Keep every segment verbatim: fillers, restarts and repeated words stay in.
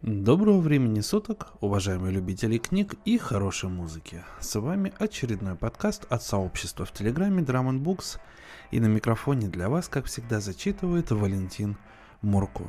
Доброго времени суток, уважаемые любители книг и хорошей музыки. С вами очередной подкаст от сообщества в Телеграме Drum and Books, и на микрофоне для вас, как всегда, зачитывает Валентин Мурко.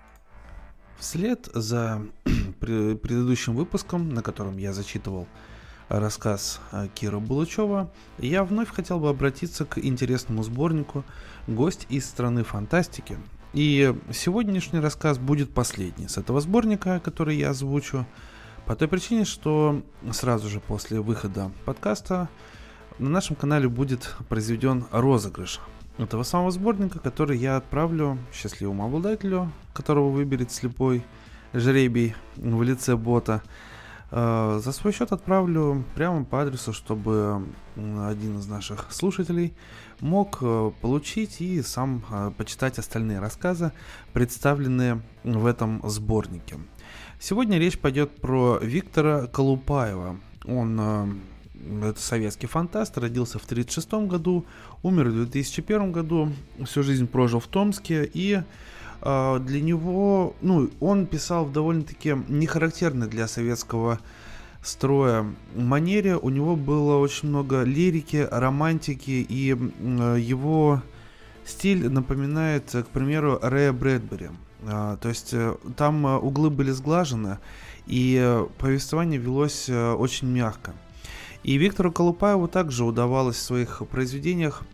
Вслед за предыдущим выпуском, на котором я зачитывал рассказ Киры Булычева, я вновь хотел бы обратиться к интересному сборнику «Гость из страны фантастики». И сегодняшний рассказ будет последний с этого сборника, который я озвучу, по той причине, что сразу же после выхода подкаста на нашем канале будет произведен розыгрыш этого самого сборника, который я отправлю счастливому обладателю, которого выберет слепой жребий в лице бота. За свой счет отправлю прямо по адресу, чтобы один из наших слушателей мог получить и сам почитать остальные рассказы, представленные в этом сборнике. Сегодня речь пойдет про Виктора Колупаева. Он это советский фантаст, родился в тысяча девятьсот тридцать шестом году, умер в две тысячи первом году, всю жизнь прожил в Томске, и для него, ну, он писал в довольно-таки нехарактерной для советского строя манере. У него было очень много лирики, романтики, и его стиль напоминает, к примеру, Рэя Брэдбери. То есть там углы были сглажены, и повествование велось очень мягко. И Виктору Колупаеву также удавалось в своих произведениях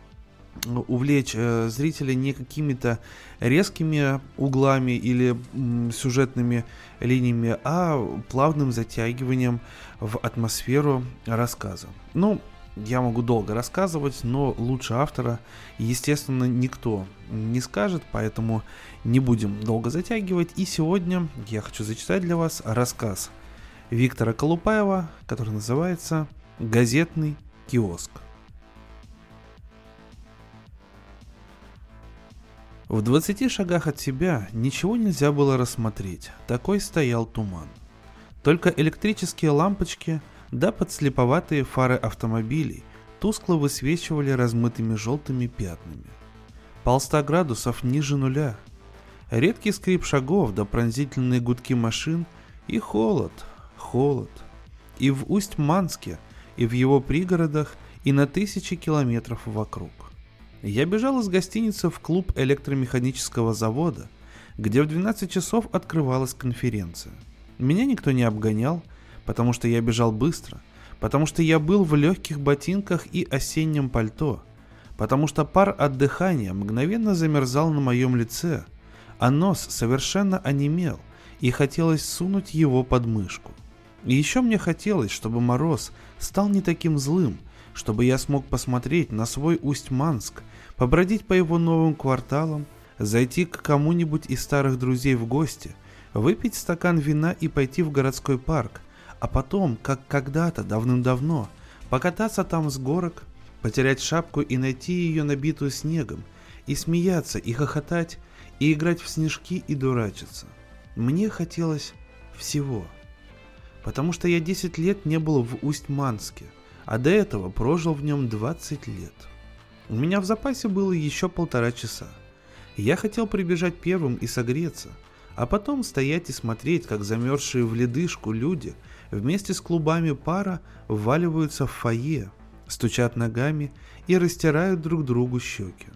увлечь э, зрителя не какими-то резкими углами или м, сюжетными линиями, а плавным затягиванием в атмосферу рассказа. Ну, я могу долго рассказывать, но лучше автора, естественно, никто не скажет, поэтому не будем долго затягивать. И сегодня я хочу зачитать для вас рассказ Виктора Колупаева, который называется «Газетный киоск». В двадцати шагах от себя ничего нельзя было рассмотреть, такой стоял туман. Только электрические лампочки да подслеповатые фары автомобилей тускло высвечивали размытыми желтыми пятнами. Полста градусов ниже нуля. Редкий скрип шагов да пронзительные гудки машин и холод, холод. И в Усть-Манске, и в его пригородах, и на тысячи километров вокруг. Я бежал из гостиницы в клуб электромеханического завода, где в двенадцать часов открывалась конференция. Меня никто не обгонял, потому что я бежал быстро, потому что я был в легких ботинках и осеннем пальто, потому что пар от дыхания мгновенно замерзал на моем лице, а нос совершенно онемел, и хотелось сунуть его под мышку. И еще мне хотелось, чтобы мороз стал не таким злым, чтобы я смог посмотреть на свой Усть-Манск, побродить по его новым кварталам, зайти к кому-нибудь из старых друзей в гости, выпить стакан вина и пойти в городской парк, а потом, как когда-то давным-давно, покататься там с горок, потерять шапку и найти ее набитую снегом, и смеяться, и хохотать, и играть в снежки и дурачиться. Мне хотелось всего, потому что я десять лет не был в Усть-Манске, а до этого прожил в нем двадцать лет. У меня в запасе было еще полтора часа. Я хотел прибежать первым и согреться, а потом стоять и смотреть, как замерзшие в ледышку люди вместе с клубами пара вваливаются в фойе, стучат ногами и растирают друг другу щеки.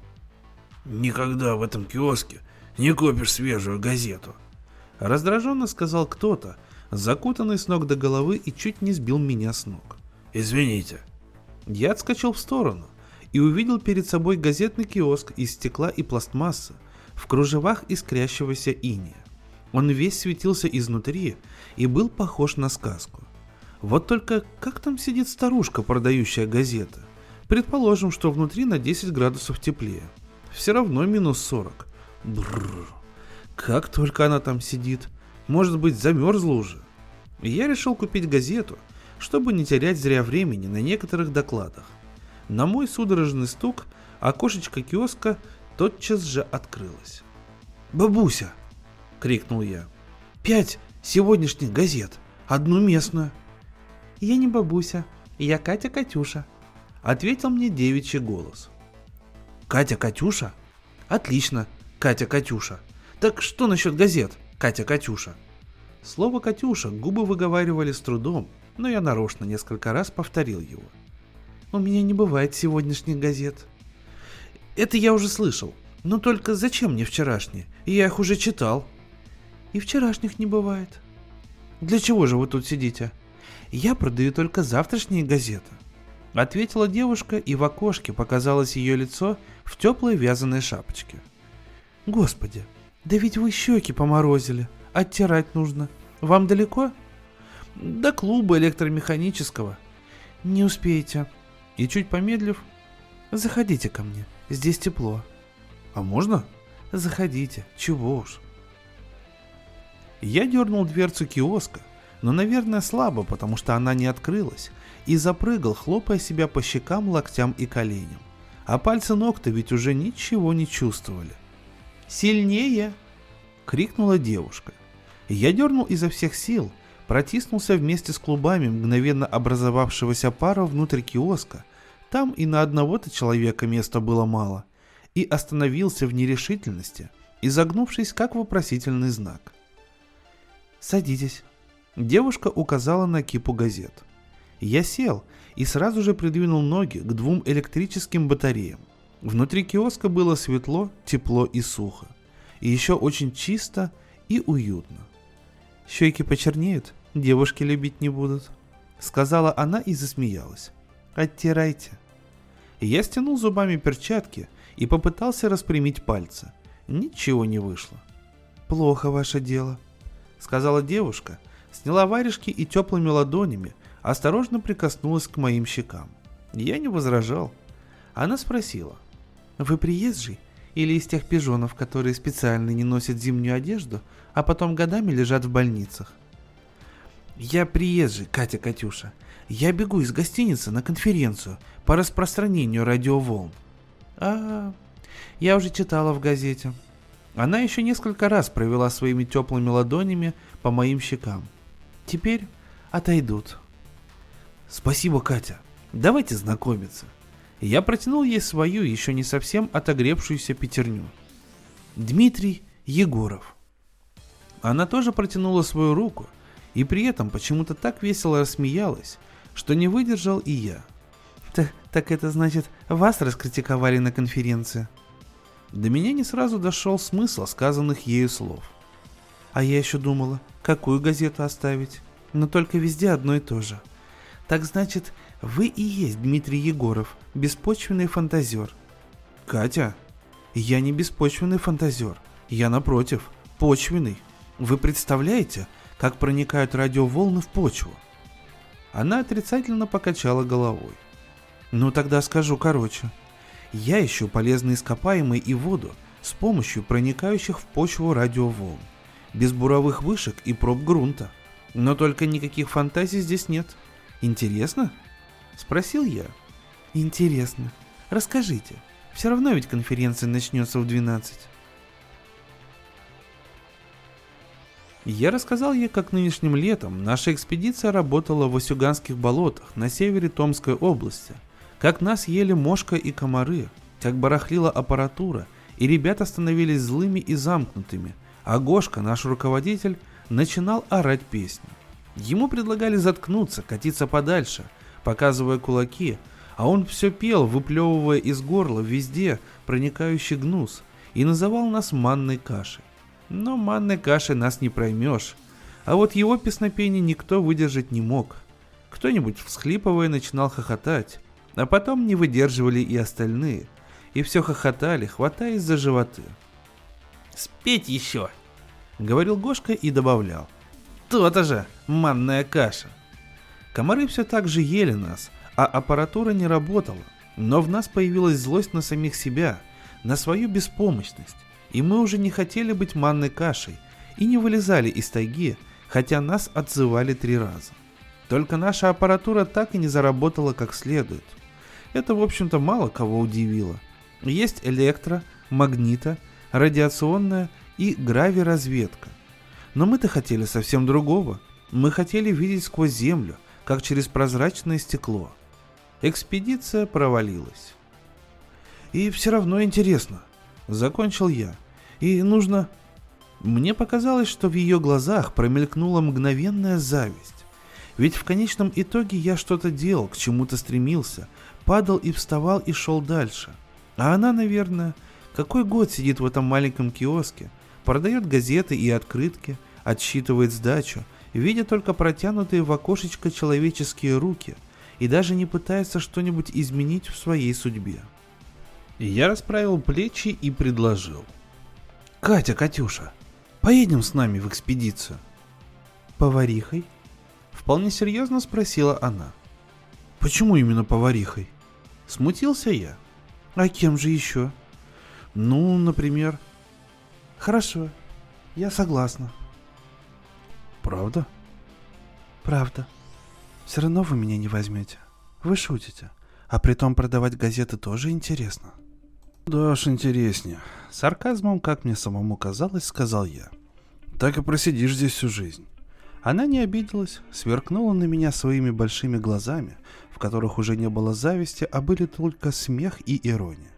«Никогда в этом киоске не купишь свежую газету», — раздраженно сказал кто-то, закутанный с ног до головы, и чуть не сбил меня с ног. «Извините». Я отскочил в сторону и увидел перед собой газетный киоск из стекла и пластмассы в кружевах искрящегося инея. Он весь светился изнутри и был похож на сказку. Вот только как там сидит старушка, продающая газеты? Предположим, что внутри на десять градусов теплее. Все равно минус сорок. Бррр. Как только она там сидит. Может быть, замерзла уже. И я решил купить газету, чтобы не терять зря времени на некоторых докладах. На мой судорожный стук окошечко киоска тотчас же открылось. «Бабуся!» — крикнул я. «Пять сегодняшних газет, одну местную!» «Я не бабуся, я Катя-Катюша!» — ответил мне девичий голос. «Катя-Катюша? Отлично, Катя-Катюша! Так что насчет газет, Катя-Катюша?» Слово «Катюша» губы выговаривали с трудом, но я нарочно несколько раз повторил его. «У меня не бывает сегодняшних газет». «Это я уже слышал. Но только зачем мне вчерашние? Я их уже читал». «И вчерашних не бывает». «Для чего же вы тут сидите?» «Я продаю только завтрашние газеты», — ответила девушка, и в окошке показалось ее лицо в теплой вязаной шапочке. «Господи, да ведь вы щеки поморозили, оттирать нужно. Вам далеко?» «До клуба электромеханического». «Не успеете». И чуть помедлив: «Заходите ко мне, здесь тепло». «А можно?» «Заходите, чего уж». Я дернул дверцу киоска, но, наверное, слабо, потому что она не открылась, и запрыгал, хлопая себя по щекам, локтям и коленям. А пальцы ног-то ведь уже ничего не чувствовали. «Сильнее!» — крикнула девушка. Я дернул изо всех сил, протиснулся вместе с клубами мгновенно образовавшегося пара внутрь киоска, там и на одного-то человека места было мало, и остановился в нерешительности, изогнувшись как вопросительный знак. «Садитесь». Девушка указала на кипу газет. Я сел и сразу же придвинул ноги к двум электрическим батареям. Внутри киоска было светло, тепло и сухо. И еще очень чисто и уютно. «Щеки почернеют, девушки любить не будут», — сказала она и засмеялась. «Оттирайте». Я стянул зубами перчатки и попытался распрямить пальцы. Ничего не вышло. «Плохо ваше дело», — сказала девушка, сняла варежки и теплыми ладонями осторожно прикоснулась к моим щекам. Я не возражал. Она спросила: «Вы приезжий или из тех пижонов, которые специально не носят зимнюю одежду, а потом годами лежат в больницах?» «Я приезжий, Катя-Катюша. Я бегу из гостиницы на конференцию по распространению радиоволн». «А, я уже читала в газете». Она еще несколько раз провела своими теплыми ладонями по моим щекам. «Теперь отойдут». «Спасибо, Катя. Давайте знакомиться». Я протянул ей свою, еще не совсем отогревшуюся пятерню. «Дмитрий Егоров». Она тоже протянула свою руку, и при этом почему-то так весело рассмеялась, что не выдержал и я. «Так, так это значит, вас раскритиковали на конференции?» До меня не сразу дошел смысл сказанных ею слов. А я еще думала, какую газету оставить, но только везде одно и то же. «Так значит, вы и есть Дмитрий Егоров, беспочвенный фантазер». «Катя, я не беспочвенный фантазер, я, напротив, почвенный. Вы представляете, как проникают радиоволны в почву?» Она отрицательно покачала головой. «Ну тогда скажу короче. Я ищу полезные ископаемые и воду с помощью проникающих в почву радиоволн, без буровых вышек и проб грунта. Но только никаких фантазий здесь нет. Интересно?» — спросил я. «Интересно. Расскажите. Все равно ведь конференция начнется в двенадцать». Я рассказал ей, как нынешним летом наша экспедиция работала в Васюганских болотах на севере Томской области, как нас ели мошка и комары, как барахлила аппаратура, и ребята становились злыми и замкнутыми, а Гошка, наш руководитель, начинал орать песни. Ему предлагали заткнуться, катиться подальше, показывая кулаки, а он все пел, выплевывая из горла везде проникающий гнус, и называл нас манной кашей. Но манной кашей нас не проймешь, а вот его песнопение никто выдержать не мог. Кто-нибудь, всхлипывая, начинал хохотать, а потом не выдерживали и остальные, и все хохотали, хватаясь за животы. «Спеть еще!» — говорил Гошка и добавлял: «То-то же, манная каша!» Комары все так же ели нас, а аппаратура не работала, но в нас появилась злость на самих себя, на свою беспомощность, и мы уже не хотели быть манной кашей и не вылезали из тайги, хотя нас отзывали три раза. Только наша аппаратура так и не заработала как следует. Это, в общем-то, мало кого удивило. Есть электро, магнита, радиационная и гравиразведка. Но мы-то хотели совсем другого. Мы хотели видеть сквозь землю, как через прозрачное стекло. Экспедиция провалилась. «И все равно интересно», — закончил я. «И нужно...» Мне показалось, что в ее глазах промелькнула мгновенная зависть. Ведь в конечном итоге я что-то делал, к чему-то стремился, падал и вставал и шел дальше. А она, наверное, какой год сидит в этом маленьком киоске, продает газеты и открытки, отсчитывает сдачу, видя только протянутые в окошечко человеческие руки и даже не пытается что-нибудь изменить в своей судьбе. Я расправил плечи и предложил: «Катя, Катюша, поедем с нами в экспедицию». «Поварихой?» — вполне серьезно спросила она. «Почему именно поварихой?» — смутился я. «А кем же еще?» «Ну, например...» «Хорошо, я согласна». «Правда?» «Правда. Все равно вы меня не возьмете. Вы шутите. А притом продавать газеты тоже интересно». «Да уж интереснее», — сарказмом, как мне самому казалось, сказал я. «Так и просидишь здесь всю жизнь». Она не обиделась, сверкнула на меня своими большими глазами, в которых уже не было зависти, а были только смех и ирония.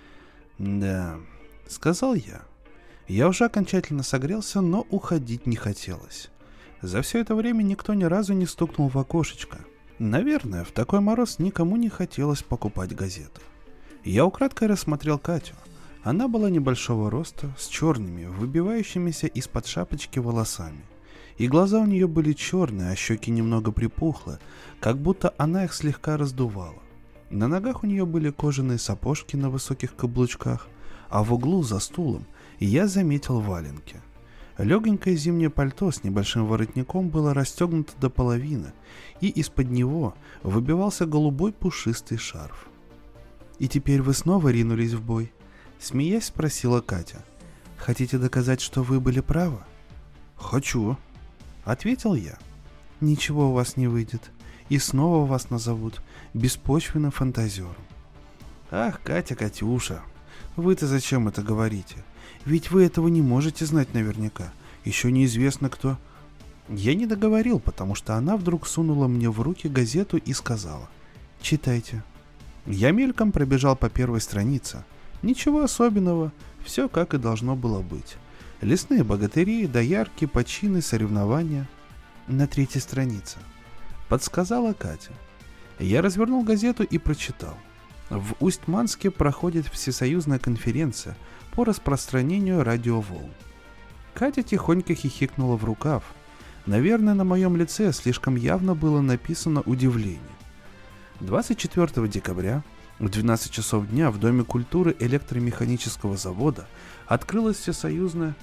«Да», — сказал я. Я уже окончательно согрелся, но уходить не хотелось. За все это время никто ни разу не стукнул в окошечко. Наверное, в такой мороз никому не хотелось покупать газеты. Я украдкой рассмотрел Катю. Она была небольшого роста, с черными, выбивающимися из-под шапочки волосами. И глаза у нее были черные, а щеки немного припухлы, как будто она их слегка раздувала. На ногах у нее были кожаные сапожки на высоких каблучках, а в углу за стулом я заметил валенки. Легонькое зимнее пальто с небольшим воротником было расстегнуто до половины, и из-под него выбивался голубой пушистый шарф. «И теперь вы снова ринулись в бой?» — смеясь спросила Катя. «Хотите доказать, что вы были правы?» «Хочу», — ответил я. «Ничего у вас не выйдет, и снова вас назовут беспочвенным фантазером». «Ах, Катя, Катюша, вы-то зачем это говорите? Ведь вы этого не можете знать наверняка. Еще неизвестно кто...» Я не договорил, потому что она вдруг сунула мне в руки газету и сказала: «Читайте». Я мельком пробежал по первой странице. Ничего особенного, все как и должно было быть. Лесные богатыри, доярки, почины, соревнования. На третьей странице подсказала Катя. Я развернул газету и прочитал. В Усть-Манске проходит всесоюзная конференция по распространению радиоволн. Катя тихонько хихикнула в рукав. Наверное, на моем лице слишком явно было написано удивление. двадцать четвёртого декабря в двенадцать часов дня в Доме культуры электромеханического завода открылась всесоюзная...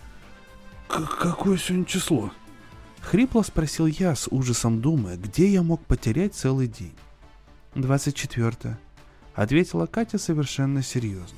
«Какое сегодня число?» — хрипло спросил я, с ужасом думая, где я мог потерять целый день. «двадцать четвёртое», — ответила Катя совершенно серьезно.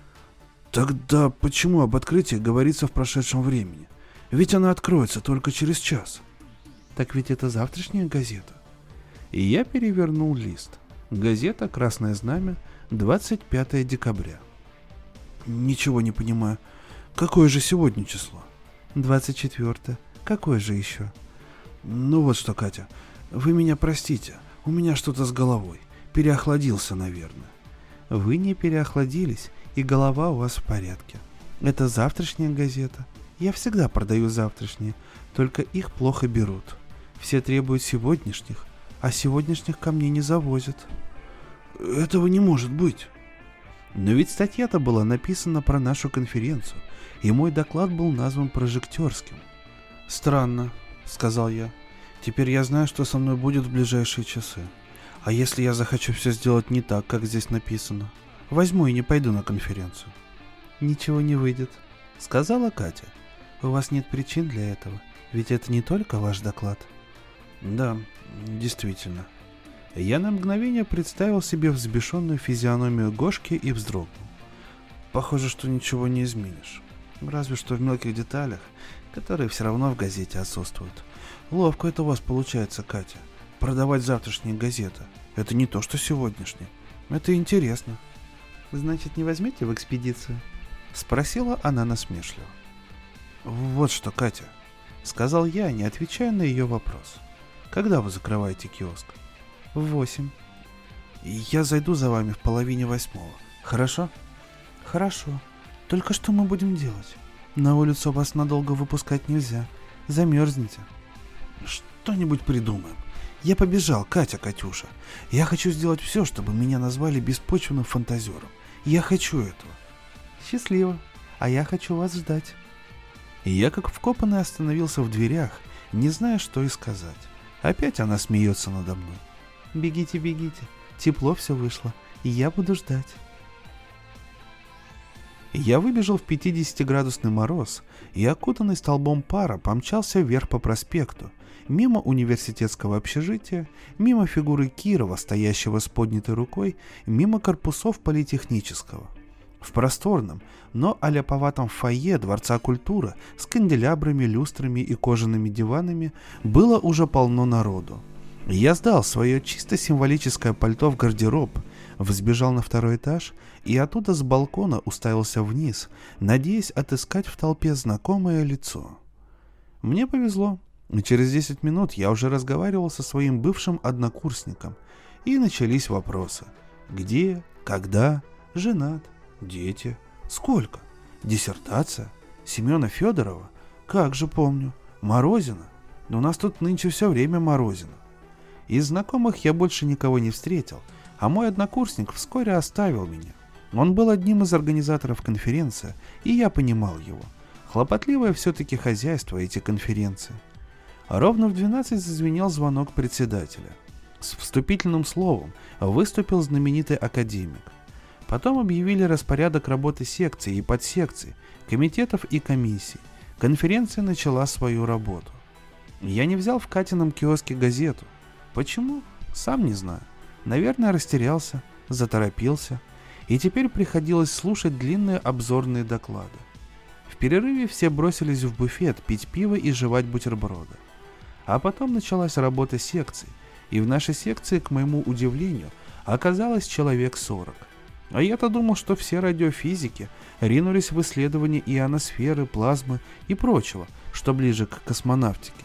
«Тогда почему об открытии говорится в прошедшем времени? Ведь она откроется только через час». «Так ведь это завтрашняя газета». И я перевернул лист. Газета «Красное знамя», двадцать пятого декабря. «Ничего не понимаю. Какое же сегодня число?» «двадцать четвёртое. Какое же еще?» «Ну вот что, Катя, вы меня простите. У меня что-то с головой. Переохладился, наверное». «Вы не переохладились, и голова у вас в порядке. Это завтрашняя газета. Я всегда продаю завтрашние, только их плохо берут. Все требуют сегодняшних, а сегодняшних ко мне не завозят». «Этого не может быть». «Но ведь статья-то была написана про нашу конференцию, и мой доклад был назван прожектерским». «Странно», — сказал я. «Теперь я знаю, что со мной будет в ближайшие часы. А если я захочу все сделать не так, как здесь написано? Возьму и не пойду на конференцию». «Ничего не выйдет», — сказала Катя. «У вас нет причин для этого, ведь это не только ваш доклад». «Да, действительно». Я на мгновение представил себе взбешенную физиономию Гошки и вздрогнул. Похоже, что ничего не изменишь. Разве что в мелких деталях, которые все равно в газете отсутствуют. Ловко это у вас получается, Катя. Продавать завтрашние газеты. Это не то, что сегодняшние. Это интересно. «Значит, не возьмете в экспедицию?» — спросила она насмешливо. «Вот что, Катя», — сказал я, не отвечая на ее вопрос. «Когда вы закрываете киоск?» «В восемь». «Я зайду за вами в половине восьмого. Хорошо?» «Хорошо. Только что мы будем делать?» На улицу вас надолго выпускать нельзя. Замерзнете. Что-нибудь придумаем. Я побежал, Катя, Катюша. Я хочу сделать все, чтобы меня назвали беспочвенным фантазером. Я хочу этого. Счастливо. А я хочу вас ждать. И я как вкопанный остановился в дверях, не зная, что и сказать. Опять она смеется надо мной. Бегите, бегите. Тепло все вышло. И я буду ждать. Я выбежал в пятидесятиградусный мороз и, окутанный столбом пара, помчался вверх по проспекту, мимо университетского общежития, мимо фигуры Кирова, стоящего с поднятой рукой, мимо корпусов политехнического. В просторном, но аляповатом фойе Дворца культуры с канделябрами, люстрами и кожаными диванами было уже полно народу. Я сдал свое чисто символическое пальто в гардероб, взбежал на второй этаж и оттуда с балкона уставился вниз, надеясь отыскать в толпе знакомое лицо. Мне повезло, и через десять минут я уже разговаривал со своим бывшим однокурсником, и начались вопросы. Где, когда, женат, дети, сколько, диссертация, Семена Федорова, как же помню, Морозина, но у нас тут нынче все время Морозина. Из знакомых я больше никого не встретил, а мой однокурсник вскоре оставил меня. Он был одним из организаторов конференции, и я понимал его. Хлопотливое все-таки хозяйство эти конференции. А ровно в двенадцать зазвенел звонок председателя. С вступительным словом выступил знаменитый академик. Потом объявили распорядок работы секций и подсекций, комитетов и комиссий. Конференция начала свою работу. Я не взял в Катином киоске газету. Почему? Сам не знаю. Наверное, растерялся, заторопился, и теперь приходилось слушать длинные обзорные доклады. В перерыве все бросились в буфет пить пиво и жевать бутерброды. А потом началась работа секций, и в нашей секции, к моему удивлению, оказалось человек сорок. А я-то думал, что все радиофизики ринулись в исследование ионосферы, плазмы и прочего, что ближе к космонавтике.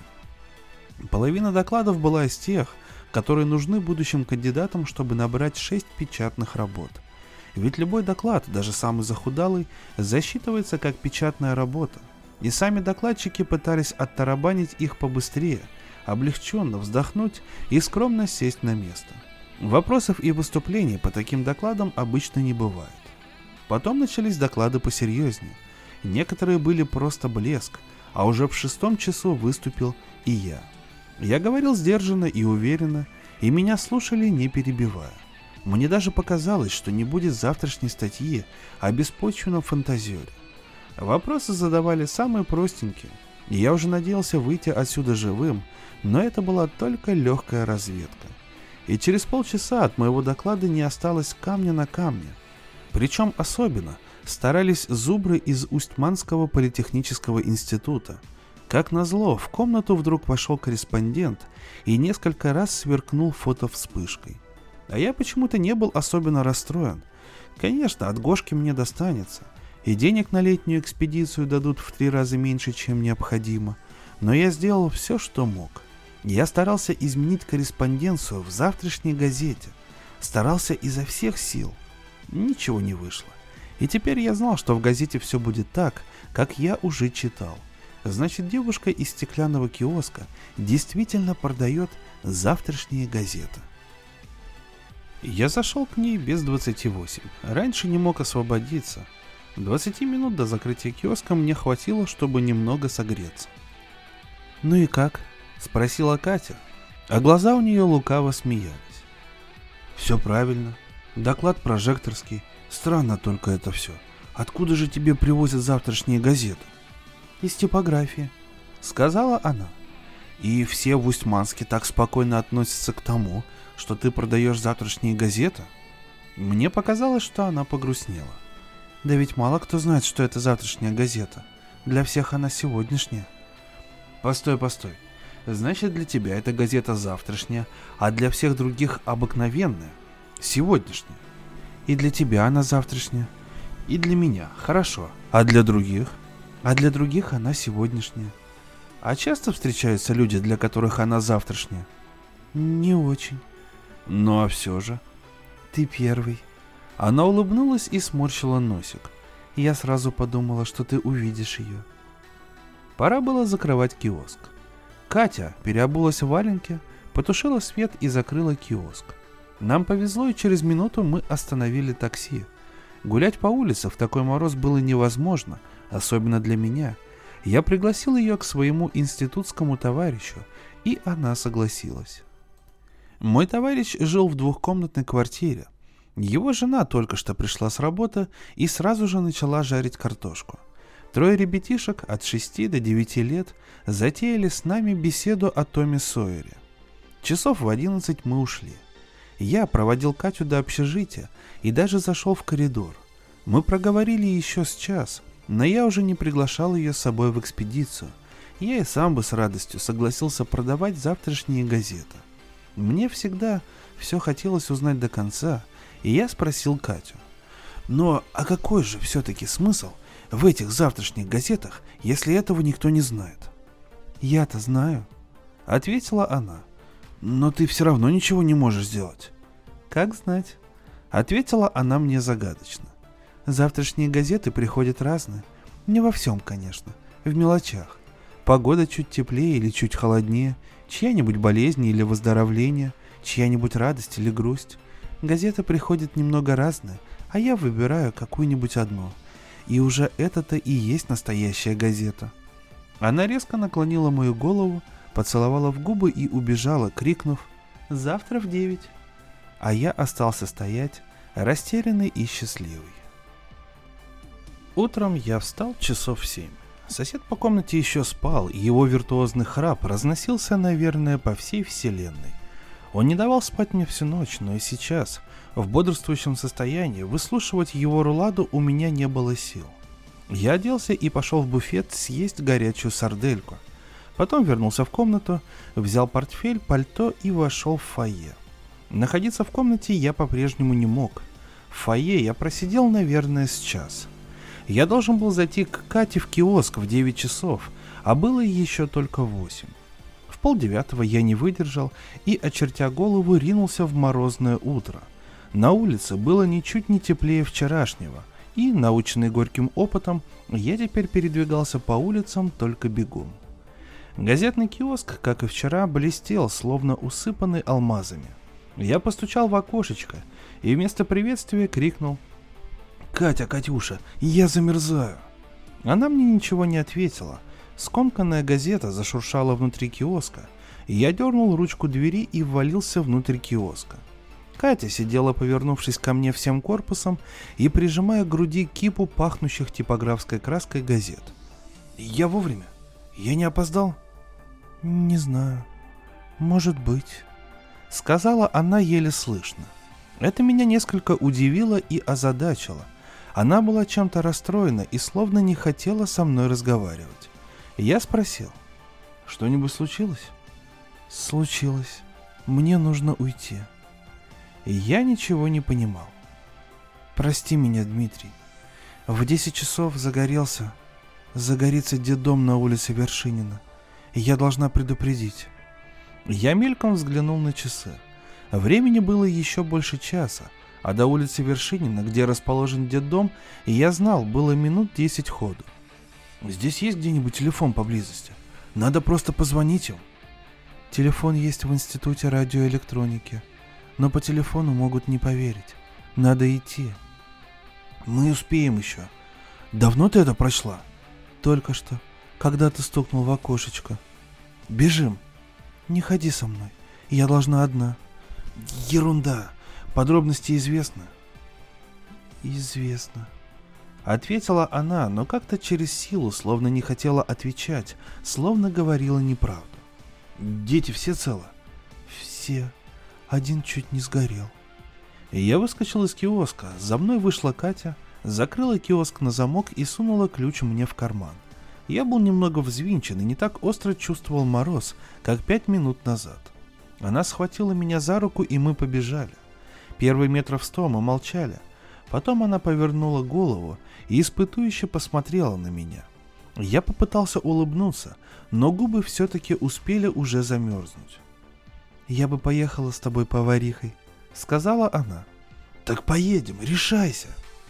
Половина докладов была из тех, которые нужны будущим кандидатам, чтобы набрать шесть печатных работ. Ведь любой доклад, даже самый захудалый, засчитывается как печатная работа. И сами докладчики пытались оттарабанить их побыстрее, облегченно вздохнуть и скромно сесть на место. Вопросов и выступлений по таким докладам обычно не бывает. Потом начались доклады посерьезнее. Некоторые были просто блеск, а уже в шестом часу выступил и я. Я говорил сдержанно и уверенно, и меня слушали, не перебивая. Мне даже показалось, что не будет завтрашней статьи о беспочвенном фантазере. Вопросы задавали самые простенькие, и я уже надеялся выйти отсюда живым, но это была только легкая разведка. И через полчаса от моего доклада не осталось камня на камне. Причем особенно старались зубры из Усть-Манского политехнического института. Как назло, в комнату вдруг вошел корреспондент и несколько раз сверкнул фотовспышкой. А я почему-то не был особенно расстроен. Конечно, от Гошки мне достанется, и денег на летнюю экспедицию дадут в три раза меньше, чем необходимо. Но я сделал все, что мог. Я старался изменить корреспонденцию в завтрашней газете. Старался изо всех сил. Ничего не вышло. И теперь я знал, что в газете все будет так, как я уже читал. Значит, девушка из стеклянного киоска действительно продает завтрашние газеты. Я зашел к ней без двадцати восьми. Раньше не мог освободиться. двадцати минут до закрытия киоска мне хватило, чтобы немного согреться. «Ну и как?» — спросила Катя, а глаза у нее лукаво смеялись. «Все правильно. Доклад прожекторский. Странно только это все. Откуда же тебе привозят завтрашние газеты?» «Из типографии», — сказала она. «И все в Усть-Манске так спокойно относятся к тому, что ты продаешь завтрашние газеты?» Мне показалось, что она погрустнела. «Да ведь мало кто знает, что это завтрашняя газета. Для всех она сегодняшняя». «Постой, постой. Значит, для тебя эта газета завтрашняя, а для всех других обыкновенная, сегодняшняя. И для тебя она завтрашняя, и для меня, хорошо. А для других? А для других она сегодняшняя. А часто встречаются люди, для которых она завтрашняя?» «Не очень». «Ну а все же?» «Ты первый». Она улыбнулась и сморщила носик. Я сразу подумала, что ты увидишь ее. Пора было закрывать киоск. Катя переобулась в валенки, потушила свет и закрыла киоск. Нам повезло, и через минуту мы остановили такси. Гулять по улице в такой мороз было невозможно, особенно для меня. Я пригласил ее к своему институтскому товарищу, и она согласилась. Мой товарищ жил в двухкомнатной квартире. Его жена только что пришла с работы и сразу же начала жарить картошку. Трое ребятишек от шести до девяти лет затеяли с нами беседу о Томе Сойере. Часов в одиннадцать мы ушли. Я проводил Катю до общежития и даже зашел в коридор. Мы проговорили еще с час, но я уже не приглашал ее с собой в экспедицию. Я и сам бы с радостью согласился продавать завтрашние газеты. Мне всегда все хотелось узнать до конца, и я спросил Катю: «Но а какой же все-таки смысл в этих завтрашних газетах, если этого никто не знает?» «Я-то знаю», — ответила она. «Но ты все равно ничего не можешь сделать». «Как знать», — ответила она мне загадочно. «Завтрашние газеты приходят разные. Не во всем, конечно, в мелочах. Погода чуть теплее или чуть холоднее, чья-нибудь болезнь или выздоровление, чья-нибудь радость или грусть. Газеты приходят немного разные, а я выбираю какую-нибудь одну. И уже это-то и есть настоящая газета». Она резко наклонила мою голову, поцеловала в губы и убежала, крикнув: «Завтра в девять». А я остался стоять, растерянный и счастливый. Утром я встал часов в семь. Сосед по комнате еще спал, и его виртуозный храп разносился, наверное, по всей вселенной. Он не давал спать мне всю ночь, но и сейчас, в бодрствующем состоянии, выслушивать его руладу у меня не было сил. Я оделся и пошел в буфет съесть горячую сардельку. Потом вернулся в комнату, взял портфель, пальто и вошел в фойе. Находиться в комнате я по-прежнему не мог. В фойе я просидел, наверное, с час. Я должен был зайти к Кате в киоск в девять часов, а было еще только восемь. В полдевятого я не выдержал и, очертя голову, ринулся в морозное утро. На улице было ничуть не теплее вчерашнего, и, наученный горьким опытом, я теперь передвигался по улицам только бегом. Газетный киоск, как и вчера, блестел, словно усыпанный алмазами. Я постучал в окошечко и вместо приветствия крикнул: «Катя, Катюша, я замерзаю!» Она мне ничего не ответила. Скомканная газета зашуршала внутри киоска. Я дернул ручку двери и ввалился внутрь киоска. Катя сидела, повернувшись ко мне всем корпусом и прижимая к груди кипу пахнущих типографской краской газет. «Я вовремя? Я не опоздал?» «Не знаю. Может быть», — сказала она еле слышно. Это меня несколько удивило и озадачило. Она была чем-то расстроена и словно не хотела со мной разговаривать. Я спросил: «Что-нибудь случилось?» «Случилось. Мне нужно уйти». Я ничего не понимал. «Прости меня, Дмитрий. В десять часов загорелся. Загорится детдом на улице Вершинина. И я должна предупредить». Я мельком взглянул на часы. Времени было еще больше часа, а до улицы Вершинина, где расположен детдом, я знал, было минут десять ходу. «Здесь есть где-нибудь телефон поблизости? Надо просто позвонить им». «Телефон есть в Институте радиоэлектроники, но по телефону могут не поверить. Надо идти». «Мы успеем еще. Давно ты это прочла?» «Только что, когда ты стукнул в окошечко». «Бежим». «Не ходи со мной. Я должна одна». «Ерунда. Подробности известны». «Известно», — ответила она, но как-то через силу, словно не хотела отвечать, словно говорила неправду. «Дети все целы?» «Все. Один чуть не сгорел». Я выскочил из киоска. За мной вышла Катя, закрыла киоск на замок и сунула ключ мне в карман. Я был немного взвинчен и не так остро чувствовал мороз, как пять минут назад. Она схватила меня за руку, и мы побежали. Первые метров сто мы молчали. Потом она повернула голову и испытующе посмотрела на меня. Я попытался улыбнуться, но губы все-таки успели уже замерзнуть. «Я бы поехала с тобой поварихой», — сказала она. «Так поедем, решайся».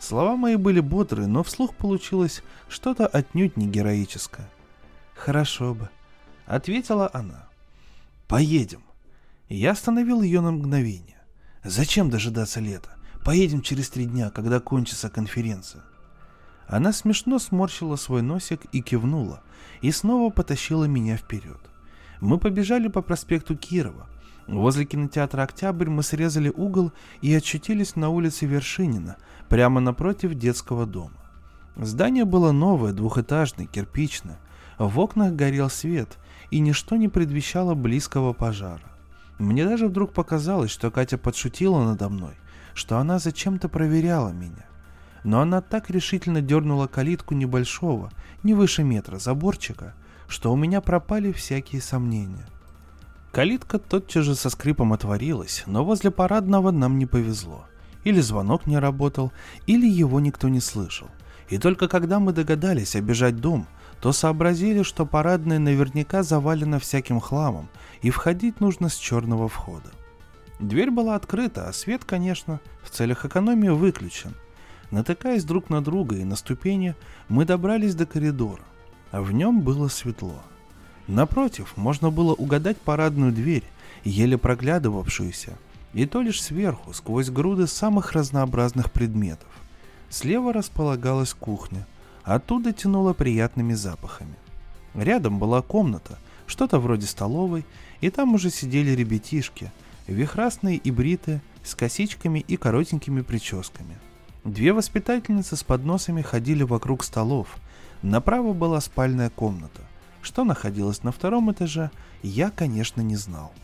Слова мои были бодрые, но вслух получилось что-то отнюдь не героическое. «Хорошо бы», — ответила она. «Поедем». Я остановил ее на мгновение. «Зачем дожидаться лета? Поедем через три дня, когда кончится конференция». Она смешно сморщила свой носик и кивнула, и снова потащила меня вперед. Мы побежали по проспекту Кирова. Возле кинотеатра «Октябрь» мы срезали угол и очутились на улице Вершинина, прямо напротив детского дома. Здание было новое, двухэтажное, кирпичное. В окнах горел свет, и ничто не предвещало близкого пожара. Мне даже вдруг показалось, что Катя подшутила надо мной, что она зачем-то проверяла меня. Но она так решительно дернула калитку небольшого, не выше метра, заборчика, что у меня пропали всякие сомнения. Калитка тотчас же со скрипом отворилась, но возле парадного нам не повезло. Или звонок не работал, или его никто не слышал. И только когда мы догадались обежать дом, то сообразили, что парадная наверняка завалена всяким хламом, и входить нужно с черного входа. Дверь была открыта, а свет, конечно, в целях экономии выключен. Натыкаясь друг на друга и на ступени, мы добрались до коридора, а в нем было светло. Напротив, можно было угадать парадную дверь, еле проглядывавшуюся, и то лишь сверху, сквозь груды самых разнообразных предметов. Слева располагалась кухня, оттуда тянуло приятными запахами. Рядом была комната, что-то вроде столовой, и там уже сидели ребятишки, вихрастные и бритые, с косичками и коротенькими прическами. Две воспитательницы с подносами ходили вокруг столов, направо была спальная комната. Что находилось на втором этаже, я, конечно, не знал.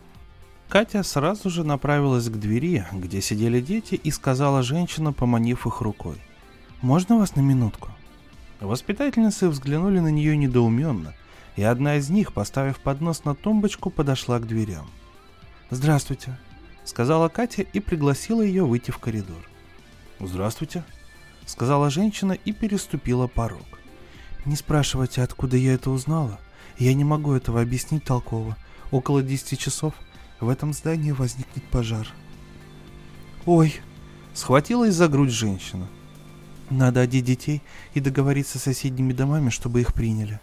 Катя сразу же направилась к двери, где сидели дети, и сказала женщина, поманив их рукой: «Можно вас на минутку?» Воспитательницы взглянули на нее недоуменно, и одна из них, поставив поднос на тумбочку, подошла к дверям. «Здравствуйте», — сказала Катя и пригласила ее выйти в коридор. «Здравствуйте», — сказала женщина и переступила порог. «Не спрашивайте, откуда я это узнала. Я не могу этого объяснить толково. Около десяти часов в этом здании возникнет пожар». «Ой!» — схватилась за грудь женщина. «Надо одеть детей и договориться с соседними домами, чтобы их приняли».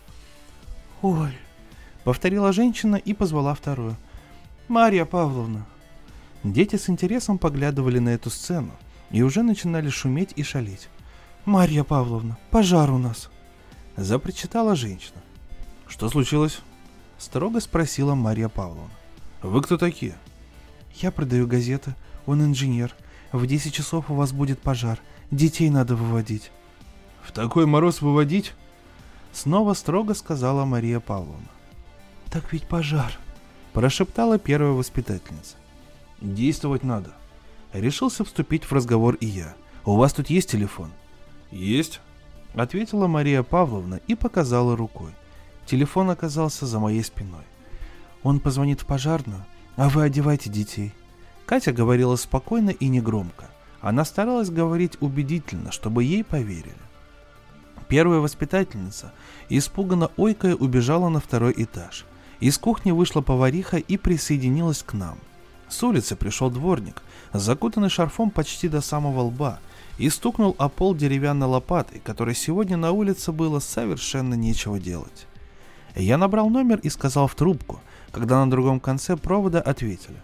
«Ой!» — повторила женщина и позвала вторую. «Марья Павловна!» Дети с интересом поглядывали на эту сцену и уже начинали шуметь и шалить. «Марья Павловна, пожар у нас!» — запричитала женщина. «Что случилось?» — строго спросила Марья Павловна. «Вы кто такие?» «Я продаю газеты, он инженер. В десять часов у вас будет пожар. Детей надо выводить». «В такой мороз выводить?» — снова строго сказала Мария Павловна. «Так ведь пожар!» — прошептала первая воспитательница. «Действовать надо». Решился вступить в разговор и я. «У вас тут есть телефон?» «Есть», — ответила Мария Павловна и показала рукой. Телефон оказался за моей спиной. «Он позвонит в пожарную, а вы одевайте детей». Катя говорила спокойно и негромко. Она старалась говорить убедительно, чтобы ей поверили. Первая воспитательница, испуганно ойкая, убежала на второй этаж. Из кухни вышла повариха и присоединилась к нам. С улицы пришел дворник, закутанный шарфом почти до самого лба, и стукнул о пол деревянной лопатой, которой сегодня на улице было совершенно нечего делать. Я набрал номер и сказал в трубку, когда на другом конце провода ответили: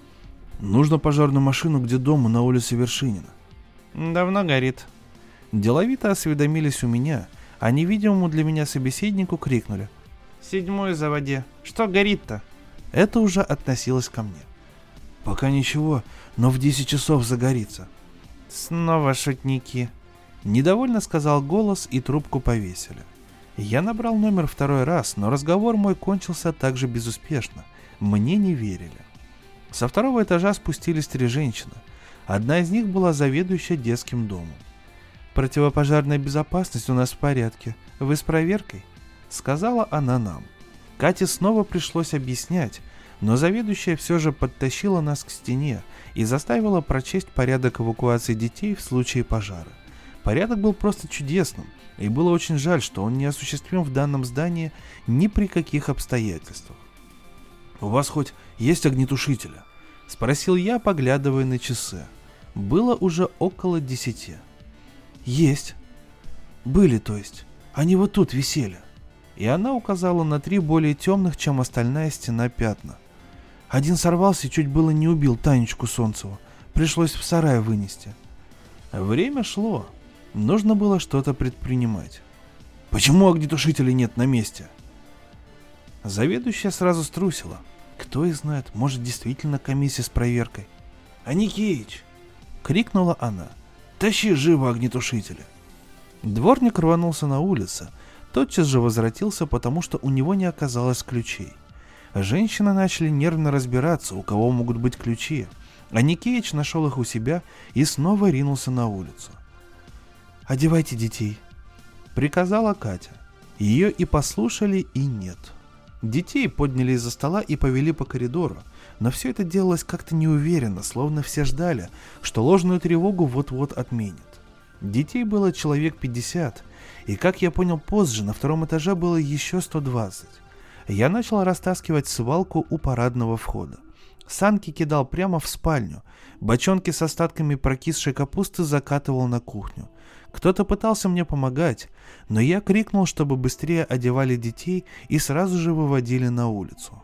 «Нужно пожарную машину к дому на улице Вершинина». «Давно горит». Деловито осведомились у меня, а невидимому для меня собеседнику крикнули: «Седьмую заводи. Что горит-то?» Это уже относилось ко мне. «Пока ничего, но в десять часов загорится». «Снова шутники», — недовольно сказал голос, и трубку повесили. Я набрал номер второй раз, но разговор мой кончился так же безуспешно. Мне не верили. Со второго этажа спустились три женщины. Одна из них была заведующая детским домом. «Противопожарная безопасность у нас в порядке. Вы с проверкой?» — сказала она нам. Кате снова пришлось объяснять, но заведующая все же подтащила нас к стене и заставила прочесть порядок эвакуации детей в случае пожара. Порядок был просто чудесным, и было очень жаль, что он не осуществим в данном здании ни при каких обстоятельствах. «У вас хоть есть огнетушители?» — спросил я, поглядывая на часы. Было уже около десяти. Есть. Были, то есть. Они вот тут висели. И она указала на три более темных, чем остальная стена пятна. Один сорвался и чуть было не убил Танечку Солнцеву. Пришлось в сарай вынести. Время шло. Нужно было что-то предпринимать. Почему огнетушителей нет на месте? Заведующая сразу струсила. Кто их знает, может действительно комиссия с проверкой. «Аникеич!» — крикнула она. «Тащи живо огнетушители!» Дворник рванулся на улицу, тотчас же возвратился, потому что у него не оказалось ключей. Женщины начали нервно разбираться, у кого могут быть ключи. Аникеич нашел их у себя и снова ринулся на улицу. «Одевайте детей», — приказала Катя. Ее и послушали, и нет. Детей подняли из-за стола и повели по коридору, но все это делалось как-то неуверенно, словно все ждали, что ложную тревогу вот-вот отменят. Детей было человек пятьдесят, и, как я понял позже, на втором этаже было еще сто двадцать. Я начал растаскивать свалку у парадного входа. Санки кидал прямо в спальню, бочонки с остатками прокисшей капусты закатывал на кухню. Кто-то пытался мне помогать, но я крикнул, чтобы быстрее одевали детей и сразу же выводили на улицу.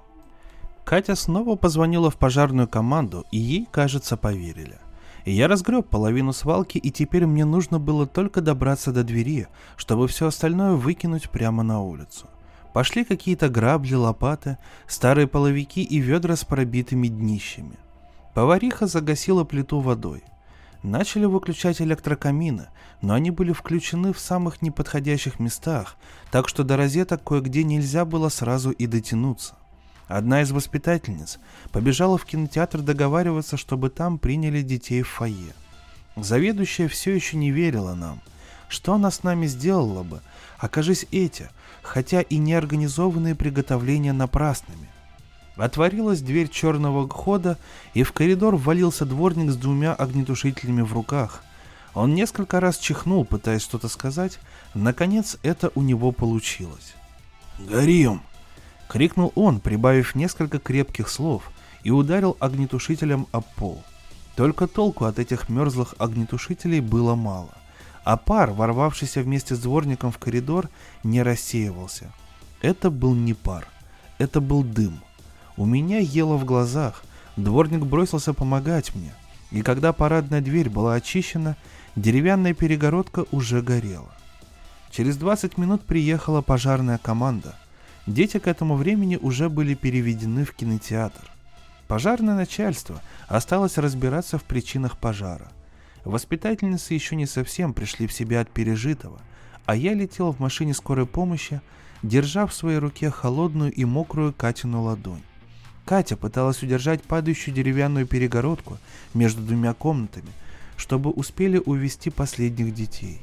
Катя снова позвонила в пожарную команду, и ей, кажется, поверили. Я разгреб половину свалки, и теперь мне нужно было только добраться до двери, чтобы все остальное выкинуть прямо на улицу. Пошли какие-то грабли, лопаты, старые половики и ведра с пробитыми днищами. Повариха загасила плиту водой. Начали выключать электрокамины, но они были включены в самых неподходящих местах, так что до розеток кое-где нельзя было сразу и дотянуться. Одна из воспитательниц побежала в кинотеатр договариваться, чтобы там приняли детей в фойе. Заведующая все еще не верила нам. Что она с нами сделала бы, окажись эти, хотя и неорганизованные приготовления напрасными. Отворилась дверь черного хода, и в коридор ввалился дворник с двумя огнетушителями в руках. Он несколько раз чихнул, пытаясь что-то сказать. Наконец это у него получилось. «Горим!» — крикнул он, прибавив несколько крепких слов, и ударил огнетушителем об пол. Только толку от этих мерзлых огнетушителей было мало, а пар, ворвавшийся вместе с дворником в коридор, не рассеивался. Это был не пар, это был дым. У меня ело в глазах, дворник бросился помогать мне, и когда парадная дверь была очищена, деревянная перегородка уже горела. Через двадцать минут приехала пожарная команда. Дети к этому времени уже были переведены в кинотеатр. Пожарное начальство осталось разбираться в причинах пожара. Воспитательницы еще не совсем пришли в себя от пережитого, а я летел в машине скорой помощи, держа в своей руке холодную и мокрую Катину ладонь. Катя пыталась удержать падающую деревянную перегородку между двумя комнатами, чтобы успели увести последних детей.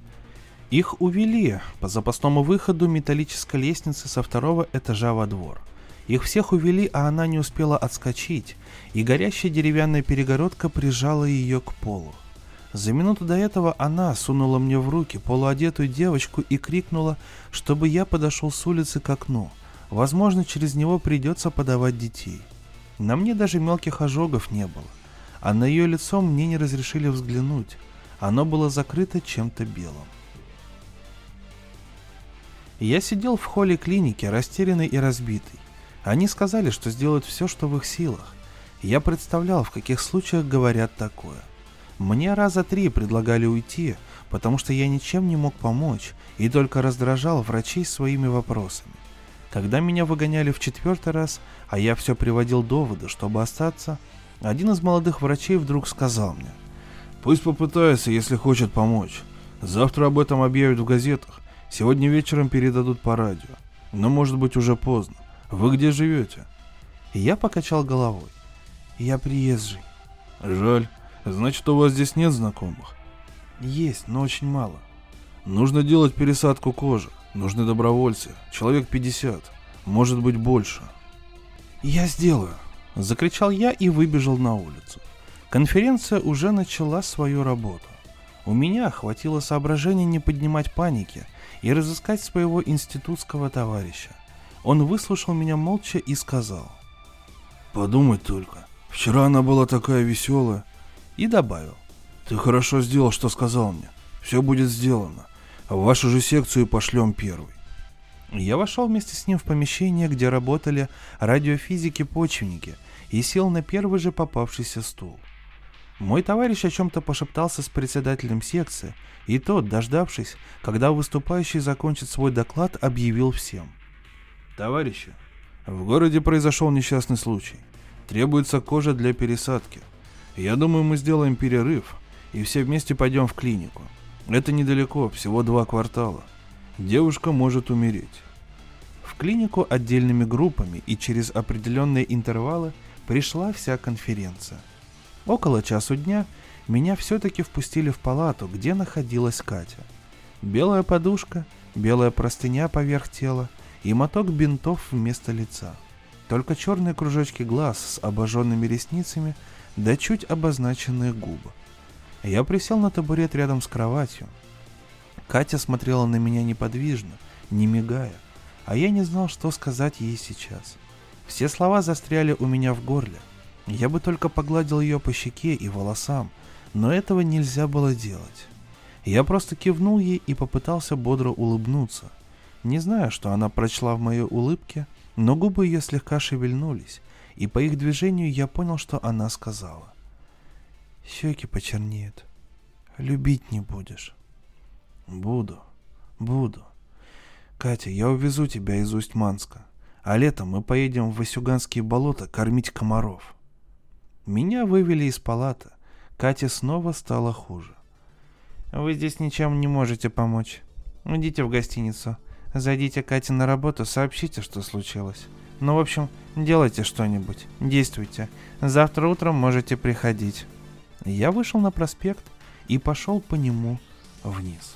Их увели по запасному выходу металлической лестницы со второго этажа во двор. Их всех увели, а она не успела отскочить, и горящая деревянная перегородка прижала ее к полу. За минуту до этого она сунула мне в руки полуодетую девочку и крикнула, чтобы я подошел с улицы к окну. Возможно, через него придется подавать детей. На мне даже мелких ожогов не было, а на ее лицо мне не разрешили взглянуть. Оно было закрыто чем-то белым. Я сидел в холле клиники, растерянный и разбитый. Они сказали, что сделают все, что в их силах. Я представлял, в каких случаях говорят такое. Мне раза три предлагали уйти, потому что я ничем не мог помочь и только раздражал врачей своими вопросами. Когда меня выгоняли в четвертый раз, а я все приводил доводы, чтобы остаться, один из молодых врачей вдруг сказал мне: «Пусть попытается, если хочет помочь. Завтра об этом объявят в газетах. Сегодня вечером передадут по радио. Но может быть уже поздно. Вы где живете?» И я покачал головой. «Я приезжий». «Жаль. Значит, у вас здесь нет знакомых?» «Есть, но очень мало». «Нужно делать пересадку кожи. Нужны добровольцы. Человек пятьдесят. Может быть больше». «Я сделаю», — закричал я и выбежал на улицу. Конференция уже начала свою работу. У меня хватило соображения не поднимать паники и разыскать своего институтского товарища. Он выслушал меня молча и сказал: «Подумать только. Вчера она была такая веселая». И добавил: «Ты хорошо сделал, что сказал мне. Все будет сделано. В вашу же секцию пошлем первый. Я вошел вместе с ним в помещение, где работали радиофизики-почвенники, и сел на первый же попавшийся стул. Мой товарищ о чем-то пошептался с председателем секции, и тот, дождавшись, когда выступающий закончит свой доклад, объявил всем: «Товарищи, в городе произошел несчастный случай. Требуется кожа для пересадки. Я думаю, мы сделаем перерыв, и все вместе пойдем в клинику. Это недалеко, всего два квартала. Девушка может умереть». В клинику отдельными группами и через определенные интервалы пришла вся конференция. Около часу дня меня все-таки впустили в палату, где находилась Катя. Белая подушка, белая простыня поверх тела и моток бинтов вместо лица. Только черные кружочки глаз с обожженными ресницами да чуть обозначенные губы. Я присел на табурет рядом с кроватью. Катя смотрела на меня неподвижно, не мигая, а я не знал, что сказать ей сейчас. Все слова застряли у меня в горле. Я бы только погладил ее по щеке и волосам, но этого нельзя было делать. Я просто кивнул ей и попытался бодро улыбнуться. Не знаю, что она прочла в моей улыбке, но губы ее слегка шевельнулись, и по их движению я понял, что она сказала. «Щеки почернеют. Любить не будешь». «Буду, буду. Катя, я увезу тебя из Усть-Манска, а летом мы поедем в Васюганские болота кормить комаров». Меня вывели из палаты. Кате снова стало хуже. «Вы здесь ничем не можете помочь. Идите в гостиницу. Зайдите к Кате на работу, сообщите, что случилось. Ну, в общем, делайте что-нибудь, действуйте. Завтра утром можете приходить». Я вышел на проспект и пошел по нему вниз.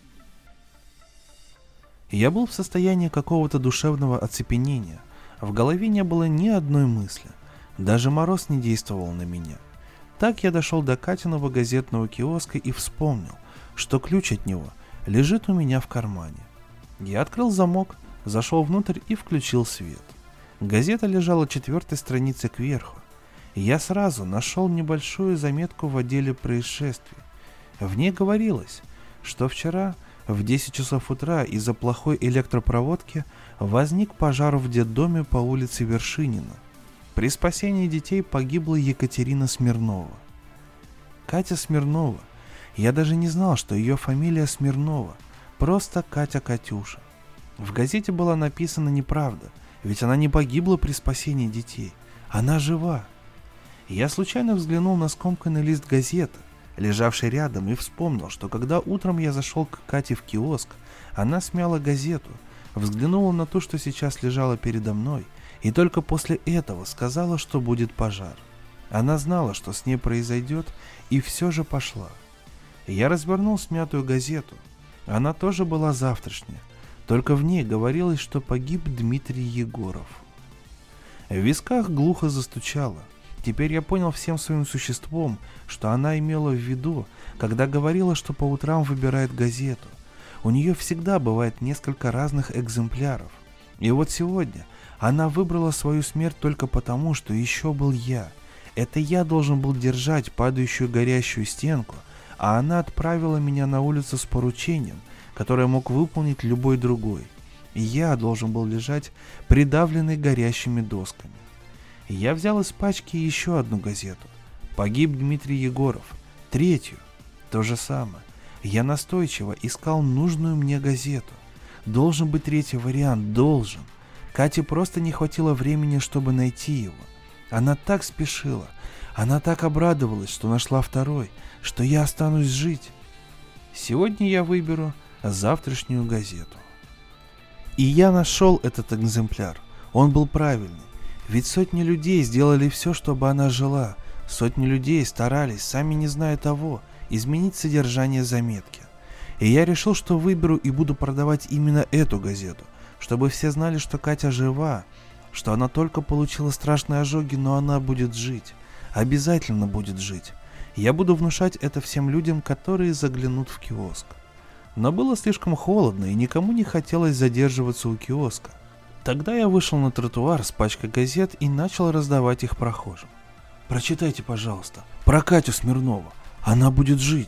Я был в состоянии какого-то душевного оцепенения. В голове не было ни одной мысли. Даже мороз не действовал на меня. Так я дошел до Катиного газетного киоска и вспомнил, что ключ от него лежит у меня в кармане. Я открыл замок, зашел внутрь и включил свет. Газета лежала четвертой страницей кверху. Я сразу нашел небольшую заметку в отделе происшествий. В ней говорилось, что вчера в десять часов утра из-за плохой электропроводки возник пожар в детдоме по улице Вершинина. При спасении детей погибла Екатерина Смирнова. Катя Смирнова. Я даже не знал, что ее фамилия Смирнова. Просто Катя-Катюша. В газете была написана неправда, ведь она не погибла при спасении детей. Она жива. Я случайно взглянул на скомканный лист газеты, лежавший рядом, и вспомнил, что когда утром я зашел к Кате в киоск, она смяла газету, взглянула на ту, что сейчас лежала передо мной, и только после этого сказала, что будет пожар. Она знала, что с ней произойдет, и все же пошла. Я развернул смятую газету. Она тоже была завтрашняя, только в ней говорилось, что погиб Дмитрий Егоров. В висках глухо застучало. Теперь я понял всем своим существом, что она имела в виду, когда говорила, что по утрам выбирает газету. У нее всегда бывает несколько разных экземпляров. И вот сегодня она выбрала свою смерть только потому, что еще был я. Это я должен был держать падающую горящую стенку, а она отправила меня на улицу с поручением, которое мог выполнить любой другой. И я должен был лежать придавленный горящими досками. Я взял из пачки еще одну газету. Погиб Дмитрий Егоров. Третью. То же самое. Я настойчиво искал нужную мне газету. Должен быть третий вариант, должен. Кате просто не хватило времени, чтобы найти его. Она так спешила. Она так обрадовалась, что нашла второй, что я останусь жить. Сегодня я выберу завтрашнюю газету. И я нашел этот экземпляр. Он был правильный. Ведь сотни людей сделали все, чтобы она жила. Сотни людей старались, сами не зная того, изменить содержание заметки. И я решил, что выберу и буду продавать именно эту газету, чтобы все знали, что Катя жива, что она только получила страшные ожоги, но она будет жить. Обязательно будет жить. Я буду внушать это всем людям, которые заглянут в киоск. Но было слишком холодно, и никому не хотелось задерживаться у киоска. Тогда я вышел на тротуар с пачкой газет и начал раздавать их прохожим. «Прочитайте, пожалуйста, про Катю Смирнову. Она будет жить.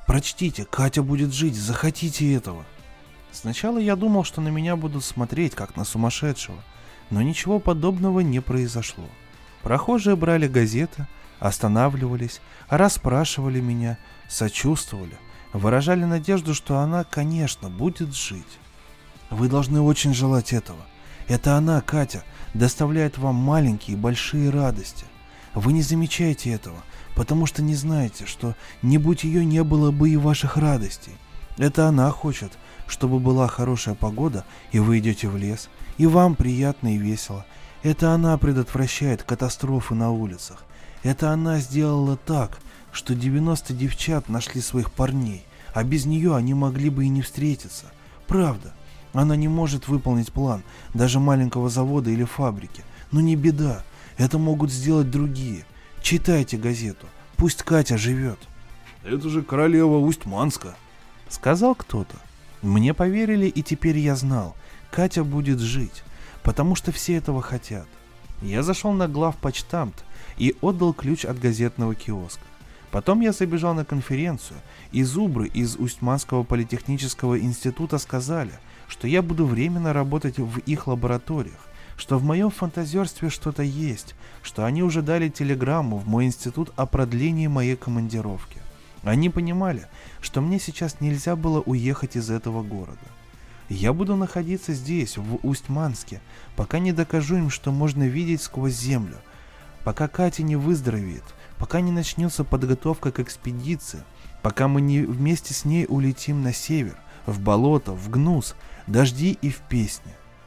Прочтите, Катя будет жить, захотите этого. Сначала я думал, что на меня будут смотреть, как на сумасшедшего, но ничего подобного не произошло. Прохожие брали газеты, останавливались, расспрашивали меня, сочувствовали, выражали надежду, что она, конечно, будет жить. Вы должны очень желать этого. Это она, Катя, доставляет вам маленькие и большие радости. Вы не замечаете этого, потому что не знаете, что не будь ее, не было бы и ваших радостей. Это она хочет, чтобы была хорошая погода, и вы идете в лес, и вам приятно и весело. Это она предотвращает катастрофы на улицах. Это она сделала так, что девяносто девчат нашли своих парней, а без нее они могли бы и не встретиться. Правда, она не может выполнить план даже маленького завода или фабрики. Но не беда, это могут сделать другие. Читайте газету, пусть Катя живет. Это же королева Усть-Манска, сказал кто-то. Мне поверили, и теперь я знал, Катя будет жить, потому что все этого хотят. Я зашел на главпочтамт и отдал ключ от газетного киоска. Потом я забежал на конференцию, и зубры из Усть-Манского политехнического института сказали, что я буду временно работать в их лабораториях, что в моем фантазерстве что-то есть, что они уже дали телеграмму в мой институт о продлении моей командировки. Они понимали, что мне сейчас нельзя было уехать из этого города. Я буду находиться здесь, в Усть-Манске, пока не докажу им, что можно видеть сквозь землю, пока Катя не выздоровеет, пока не начнется подготовка к экспедиции, пока мы не вместе с ней улетим на север, в болото, в гнус, дожди и в песни.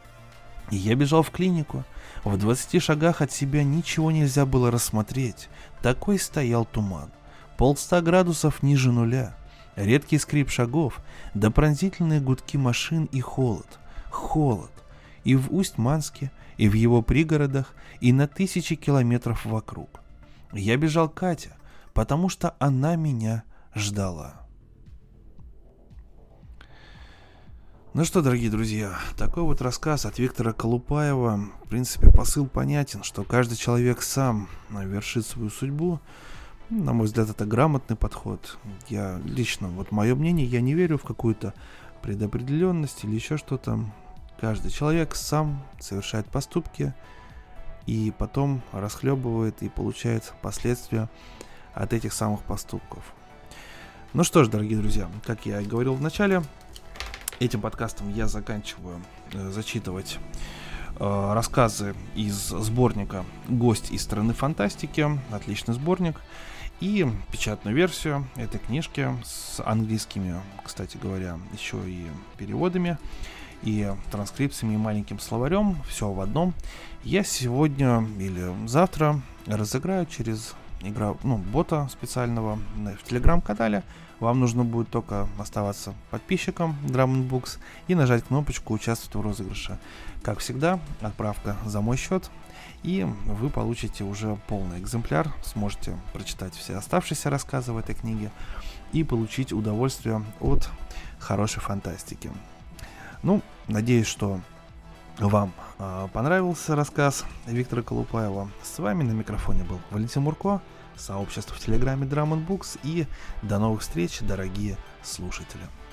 И я бежал в клинику. В двадцати шагах от себя ничего нельзя было рассмотреть. Такой стоял туман. Полста градусов ниже нуля. Редкий скрип шагов, да пронзительные гудки машин и холод. Холод. И в Усть-Манске, и в его пригородах, и на тысячи километров вокруг. Я бежал к Кате, потому что она меня ждала. Ну что, дорогие друзья, такой вот рассказ от Виктора Колупаева. В принципе, посыл понятен, что каждый человек сам вершит свою судьбу. На мой взгляд, это грамотный подход. Я лично, вот мое мнение, я не верю в какую-то предопределенность или еще что-то. Каждый человек сам совершает поступки и потом расхлебывает и получает последствия от этих самых поступков. Ну что ж, дорогие друзья, как я и говорил в начале, этим подкастом я заканчиваю э, зачитывать э, рассказы из сборника «Гость из страны фантастики». Отличный сборник. И печатную версию этой книжки с английскими, кстати говоря, еще и переводами, и транскрипциями, и маленьким словарем. Все в одном. Я сегодня или завтра разыграю через игра, ну, бота специального в телеграм-канале. Вам нужно будет только оставаться подписчиком Drum энд Books и нажать кнопочку «Участвовать в розыгрыше». Как всегда, отправка за мой счет, и вы получите уже полный экземпляр, сможете прочитать все оставшиеся рассказы в этой книге и получить удовольствие от хорошей фантастики. Ну, надеюсь, что вам э, понравился рассказ Виктора Колупаева. С вами на микрофоне был Валентин Мурко, сообщество в телеграме Drum энд Books, и до новых встреч, дорогие слушатели.